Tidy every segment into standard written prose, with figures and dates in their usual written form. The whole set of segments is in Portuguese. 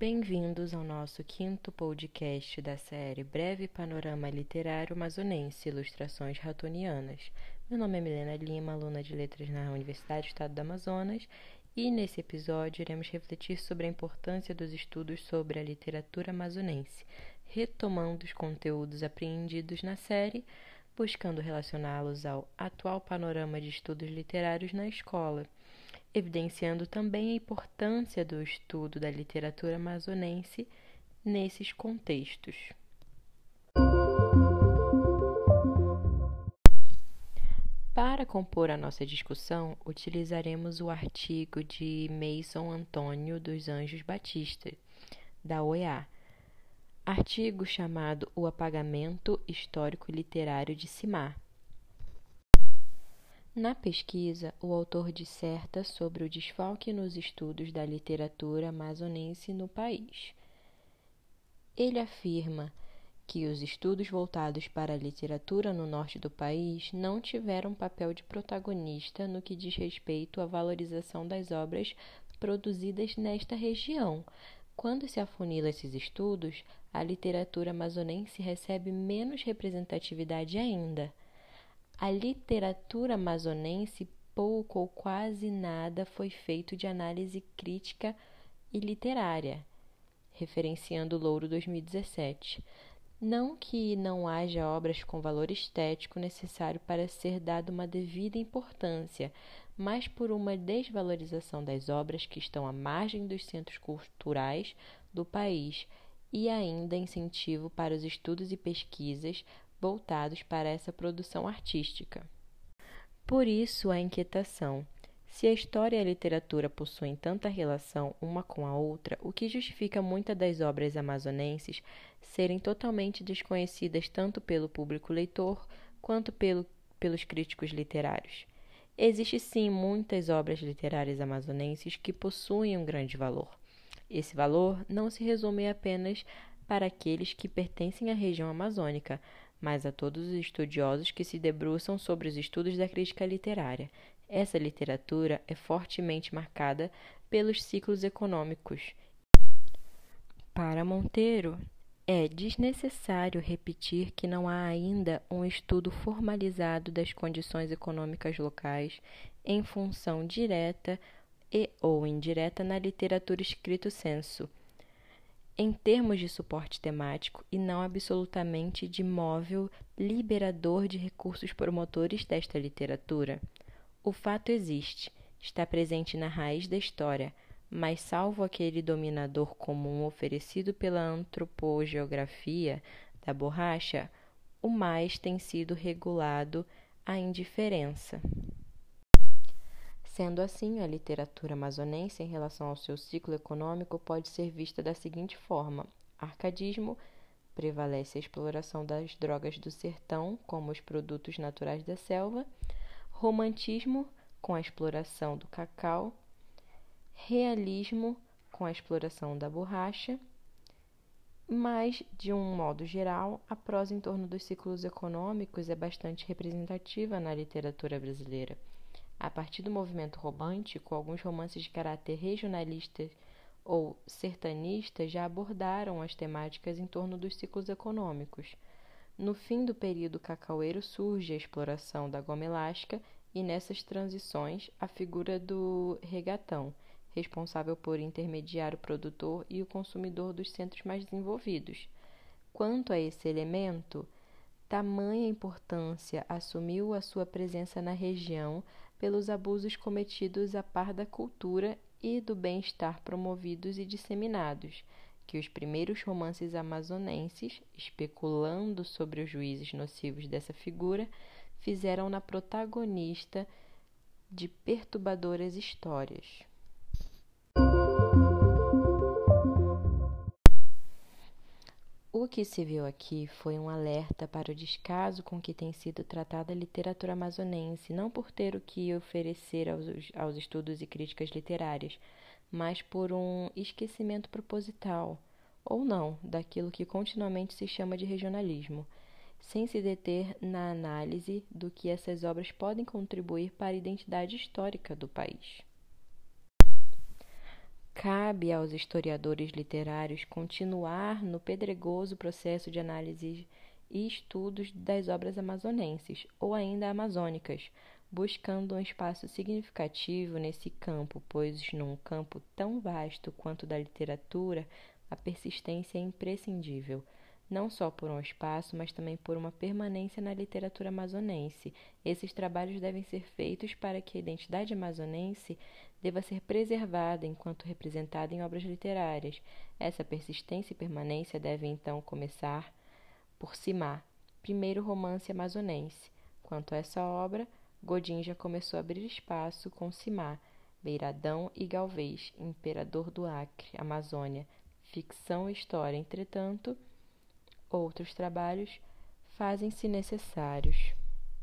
Bem-vindos ao nosso quinto podcast da série Breve Panorama Literário Amazonense, Ilustrações Ratonianas. Meu nome é Milena Lima, aluna de Letras na Universidade do Estado do Amazonas, e nesse episódio iremos refletir sobre a importância dos estudos sobre a literatura amazonense, retomando os conteúdos apreendidos na série, buscando relacioná-los ao atual panorama de estudos literários na escola, evidenciando também a importância do estudo da literatura amazonense nesses contextos. Para compor a nossa discussão, utilizaremos o artigo de Meison Antônio dos Anjos Batista, da UEA, artigo chamado O Apagamento Histórico e Literário de Cimar. Na pesquisa, o autor disserta sobre o desfalque nos estudos da literatura amazonense no país. Ele afirma que os estudos voltados para a literatura no norte do país não tiveram papel de protagonista no que diz respeito à valorização das obras produzidas nesta região. Quando se afunila esses estudos, a literatura amazonense recebe menos representatividade ainda. A literatura amazonense, pouco ou quase nada foi feito de análise crítica e literária, referenciando Louro 2017. Não que não haja obras com valor estético necessário para ser dada uma devida importância, mas por uma desvalorização das obras que estão à margem dos centros culturais do país e ainda incentivo para os estudos e pesquisas voltados para essa produção artística. Por isso, a inquietação. Se a história e a literatura possuem tanta relação uma com a outra, o que justifica muitas das obras amazonenses serem totalmente desconhecidas tanto pelo público leitor quanto pelos críticos literários? Existem sim muitas obras literárias amazonenses que possuem um grande valor. Esse valor não se resume apenas para aqueles que pertencem à região amazônica, mas a todos os estudiosos que se debruçam sobre os estudos da crítica literária. Essa literatura é fortemente marcada pelos ciclos econômicos. Para Monteiro, é desnecessário repetir que não há ainda um estudo formalizado das condições econômicas locais em função direta e ou indireta na literatura estricto sensu, em termos de suporte temático e não absolutamente de móvel liberador de recursos promotores desta literatura. O fato existe, está presente na raiz da história, mas salvo aquele dominador comum oferecido pela antropogeografia da borracha, o mais tem sido regulado à indiferença. Sendo assim, a literatura amazonense, em relação ao seu ciclo econômico, pode ser vista da seguinte forma: arcadismo, prevalece a exploração das drogas do sertão, como os produtos naturais da selva; romantismo, com a exploração do cacau; realismo, com a exploração da borracha. Mas, de um modo geral, a prosa em torno dos ciclos econômicos é bastante representativa na literatura brasileira. A partir do movimento romântico, alguns romances de caráter regionalista ou sertanista já abordaram as temáticas em torno dos ciclos econômicos. No fim do período cacaueiro surge a exploração da goma elástica e, nessas transições, a figura do regatão, responsável por intermediar o produtor e o consumidor dos centros mais desenvolvidos. Quanto a esse elemento, tamanha importância assumiu a sua presença na região pelos abusos cometidos a par da cultura e do bem-estar promovidos e disseminados, que os primeiros romances amazonenses, especulando sobre os juízes nocivos dessa figura, fizeram na protagonista de perturbadoras histórias. O que se viu aqui foi um alerta para o descaso com que tem sido tratada a literatura amazonense, não por ter o que oferecer aos estudos e críticas literárias, mas por um esquecimento proposital, ou não, daquilo que continuamente se chama de regionalismo, sem se deter na análise do que essas obras podem contribuir para a identidade histórica do país. cabe aos historiadores literários continuar no pedregoso processo de análise e estudos das obras amazonenses, ou ainda amazônicas, buscando um espaço significativo nesse campo, pois num campo tão vasto quanto o da literatura, a persistência é imprescindível, não só por um espaço, mas também por uma permanência na literatura amazonense. Esses trabalhos devem ser feitos para que a identidade amazonense deva ser preservada enquanto representada em obras literárias. Essa persistência e permanência devem então começar por Simá, primeiro romance amazonense. Quanto a essa obra, Godin já começou a abrir espaço com Simá, Beiradão e Galvez, Imperador do Acre, Amazônia, ficção e história. Entretanto, outros trabalhos fazem-se necessários.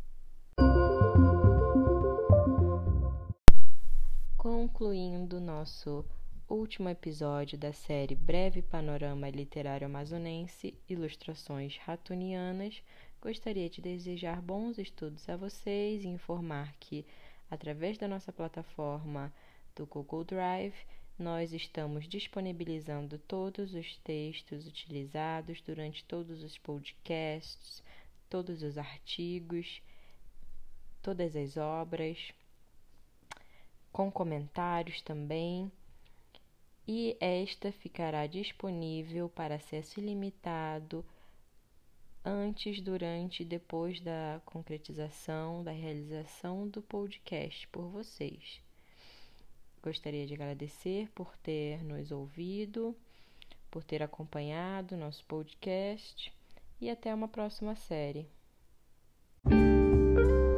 Concluindo nosso último episódio da série Breve Panorama Literário Amazonense, Ilustrações Ratunianas, gostaria de desejar bons estudos a vocês e informar que, através da nossa plataforma do Google Drive, nós estamos disponibilizando todos os textos utilizados durante todos os podcasts, todos os artigos, todas as obras, com comentários também, e esta ficará disponível para acesso ilimitado antes, durante e depois da concretização, da realização do podcast por vocês. Gostaria de agradecer por ter nos ouvido, por ter acompanhado nosso podcast e até uma próxima série.